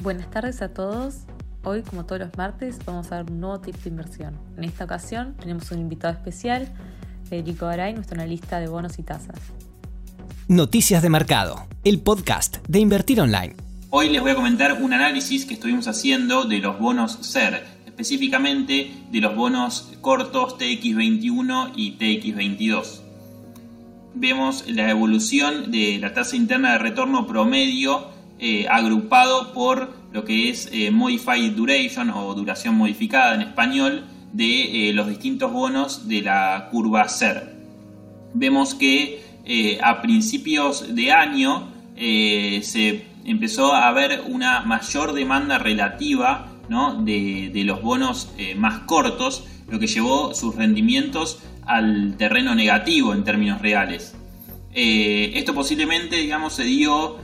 Buenas tardes a todos. Hoy, como todos los martes, vamos a dar un nuevo tip de inversión. En esta ocasión tenemos un invitado especial, Federico Garay, nuestro analista de bonos y tasas. Noticias de Mercado, el podcast de Invertir Online. Hoy les voy a comentar un análisis que estuvimos haciendo de los bonos SER, específicamente de los bonos cortos TX21 y TX22. Vemos la evolución de la tasa interna de retorno promedio agrupado por lo que es Modified Duration o duración modificada en español de los distintos bonos de la curva SER. Vemos que a principios de año se empezó a ver una mayor demanda relativa, ¿no?, de los bonos más cortos, lo que llevó sus rendimientos al terreno negativo en términos reales. Esto posiblemente, se dio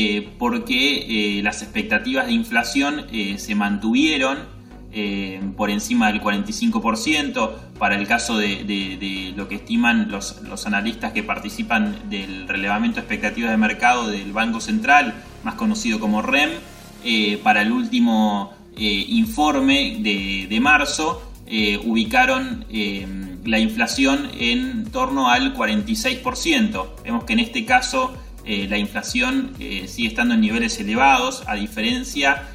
porque las expectativas de inflación se mantuvieron por encima del 45% para el caso de lo que estiman los analistas que participan del relevamiento de expectativas de mercado del Banco Central, más conocido como REM. Para el último informe de marzo ubicaron la inflación en torno al 46%. Vemos que en este caso la inflación sigue estando en niveles elevados, a diferencia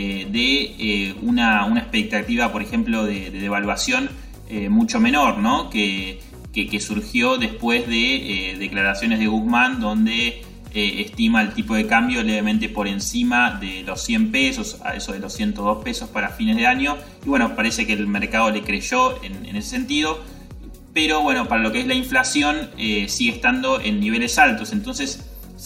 de una expectativa, por ejemplo, de devaluación mucho menor, ¿no?, que surgió después de declaraciones de Guzmán, donde estima el tipo de cambio levemente por encima de los 100 pesos, a eso de los 102 pesos para fines de año. Y bueno, parece que el mercado le creyó en ese sentido. Pero bueno, para lo que es la inflación sigue estando en niveles altos. Entonces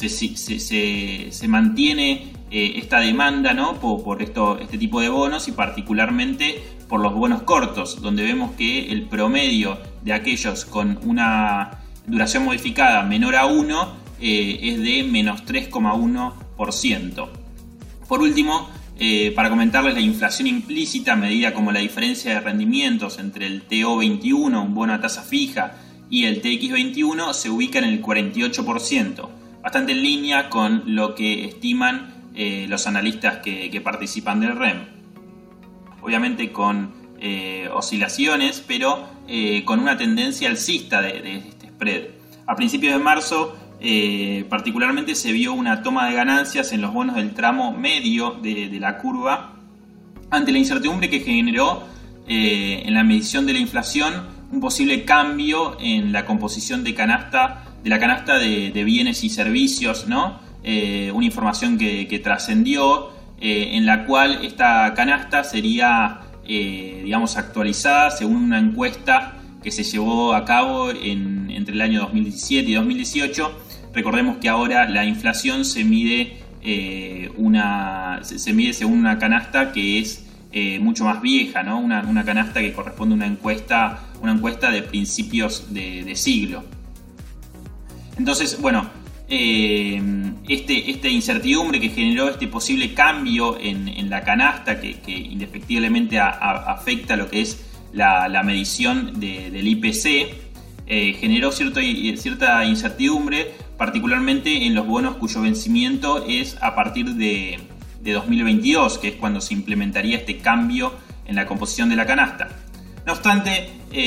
se mantiene esta demanda, ¿no?, por este tipo de bonos, y particularmente por los bonos cortos, donde vemos que el promedio de aquellos con una duración modificada menor a 1 es de menos 3,1%. Por último, para comentarles la inflación implícita, medida como la diferencia de rendimientos entre el TO21, un bono a tasa fija, y el TX21, se ubica en el 48%, bastante en línea con lo que estiman los analistas que participan del REM. Obviamente con oscilaciones, pero con una tendencia alcista de este spread. A principios de marzo, particularmente se vio una toma de ganancias en los bonos del tramo medio de la curva ante la incertidumbre que generó en la medición de la inflación un posible cambio en la composición de la canasta de bienes y servicios, ¿no? Una información que trascendió, en la cual esta canasta sería actualizada según una encuesta que se llevó a cabo entre el año 2017 y 2018. Recordemos que ahora la inflación se mide según una canasta que es mucho más vieja, ¿no? Una canasta que corresponde a una encuesta de principios de siglo. Entonces, bueno, esta incertidumbre que generó este posible cambio en la canasta que indefectiblemente afecta lo que es la medición del IPC, generó cierta incertidumbre, particularmente en los bonos cuyo vencimiento es a partir de 2022, que es cuando se implementaría este cambio en la composición de la canasta. No obstante,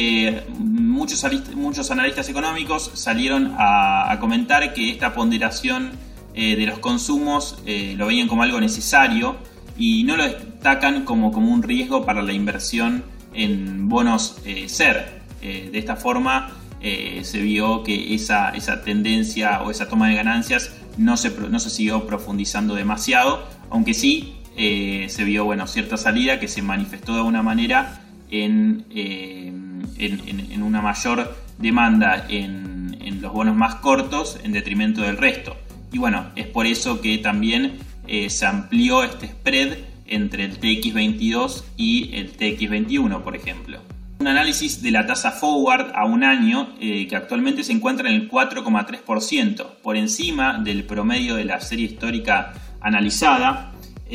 muchos analistas económicos salieron a comentar que esta ponderación de los consumos lo veían como algo necesario y no lo destacan como un riesgo para la inversión en bonos SER. De esta forma se vio que esa tendencia o esa toma de ganancias no se siguió profundizando demasiado, aunque sí se vio cierta salida que se manifestó de alguna manera en una mayor demanda en los bonos más cortos en detrimento del resto. Y bueno, es por eso que también se amplió este spread entre el TX22 y el TX21, por ejemplo. Un análisis de la tasa forward a un año que actualmente se encuentra en el 4,3%, por encima del promedio de la serie histórica analizada.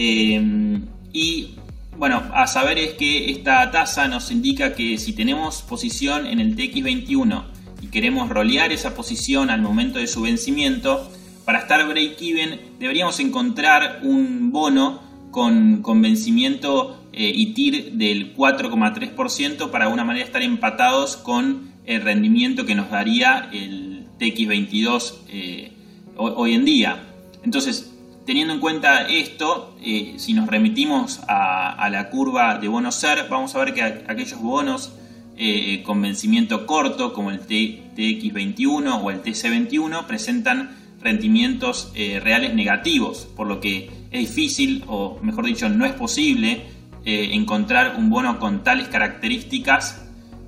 Y bueno, a saber es que esta tasa nos indica que si tenemos posición en el TX21 y queremos rolear esa posición al momento de su vencimiento, para estar break-even deberíamos encontrar un bono con vencimiento y TIR del 4,3% para de alguna manera estar empatados con el rendimiento que nos daría el TX22 hoy en día. Entonces, teniendo en cuenta esto, si nos remitimos a la curva de bonos SER, vamos a ver que aquellos bonos con vencimiento corto, como el TX21 o el TC21, presentan rendimientos reales negativos, por lo que es difícil, o mejor dicho, no es posible encontrar un bono con tales características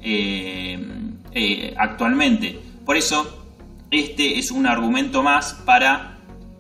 actualmente. Por eso, este es un argumento más para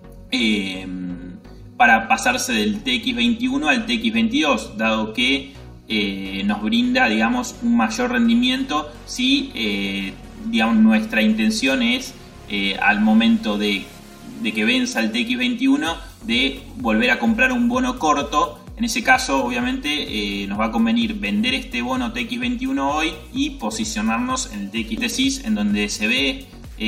pasarse del TX21 al TX22, dado que nos brinda, digamos, un mayor rendimiento si digamos, nuestra intención es al momento de que venza el TX21 de volver a comprar un bono corto. En ese caso, obviamente, nos va a convenir vender este bono TX21 hoy y posicionarnos en el TX en donde se ve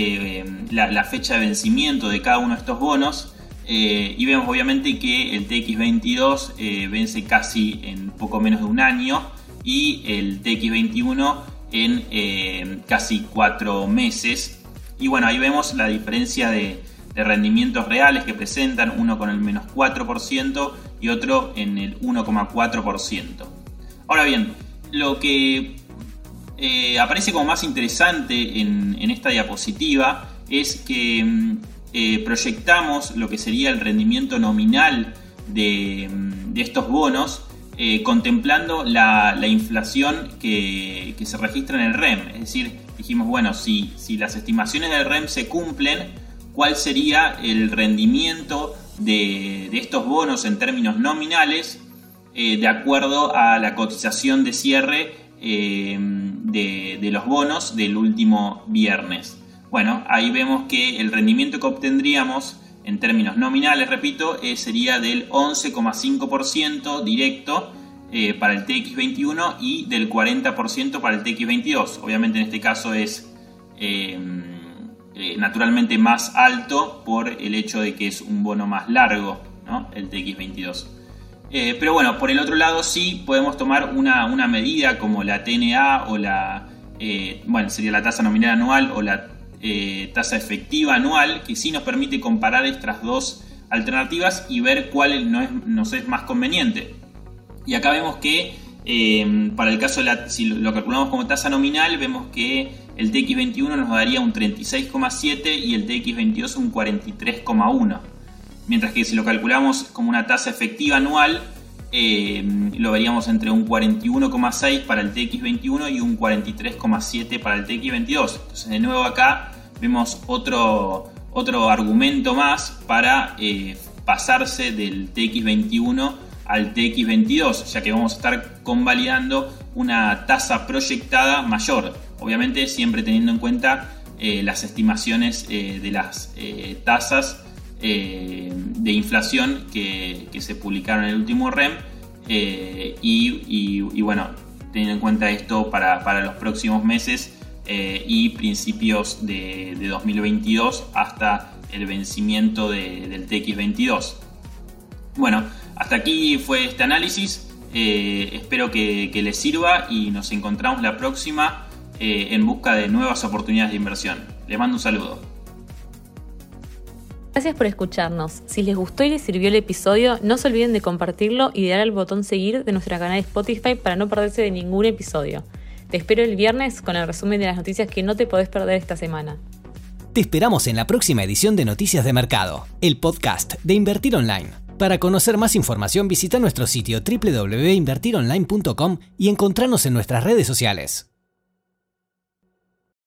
la fecha de vencimiento de cada uno de estos bonos. Y vemos obviamente que el TX22 vence casi en poco menos de un año y el TX21 en casi 4 meses. Y bueno, ahí vemos la diferencia de rendimientos reales que presentan, uno con el menos 4% y otro en el 1,4%. Ahora bien, lo que aparece como más interesante en esta diapositiva es que proyectamos lo que sería el rendimiento nominal de estos bonos, contemplando la inflación que se registra en el REM. Es decir, dijimos, bueno, si las estimaciones del REM se cumplen, ¿cuál sería el rendimiento de estos bonos en términos nominales de acuerdo a la cotización de cierre de los bonos del último viernes? Bueno, ahí vemos que el rendimiento que obtendríamos en términos nominales, repito, sería del 11,5% directo para el TX21 y del 40% para el TX22. Obviamente en este caso es naturalmente más alto por el hecho de que es un bono más largo, ¿no? El TX22. Pero bueno, por el otro lado sí podemos tomar una medida como la TNA o sería la tasa nominal anual o la tasa efectiva anual, que sí nos permite comparar estas dos alternativas y ver cuál nos es más conveniente. Y acá vemos que para el caso si lo calculamos como tasa nominal, vemos que el TX21 nos daría un 36,7 y el TX22 un 43,1. Mientras que si lo calculamos como una tasa efectiva anual, lo veríamos entre un 41,6 para el TX21 y un 43,7 para el TX22. Entonces, de nuevo acá vemos otro argumento más para pasarse del TX21 al TX22, ya que vamos a estar convalidando una tasa proyectada mayor. Obviamente siempre teniendo en cuenta las estimaciones de las tasas de inflación que se publicaron en el último REM y bueno, teniendo en cuenta esto para los próximos meses y principios de 2022 hasta el vencimiento del TX22. Bueno, hasta aquí fue este análisis. Espero que les sirva y nos encontramos la próxima en busca de nuevas oportunidades de inversión. Les mando un saludo. Gracias por escucharnos. Si les gustó y les sirvió el episodio, no se olviden de compartirlo y de dar al botón seguir de nuestro canal de Spotify para no perderse de ningún episodio. Te espero el viernes con el resumen de las noticias que no te podés perder esta semana. Te esperamos en la próxima edición de Noticias de Mercado, el podcast de Invertir Online. Para conocer más información, visita nuestro sitio www.invertironline.com y encontrarnos en nuestras redes sociales.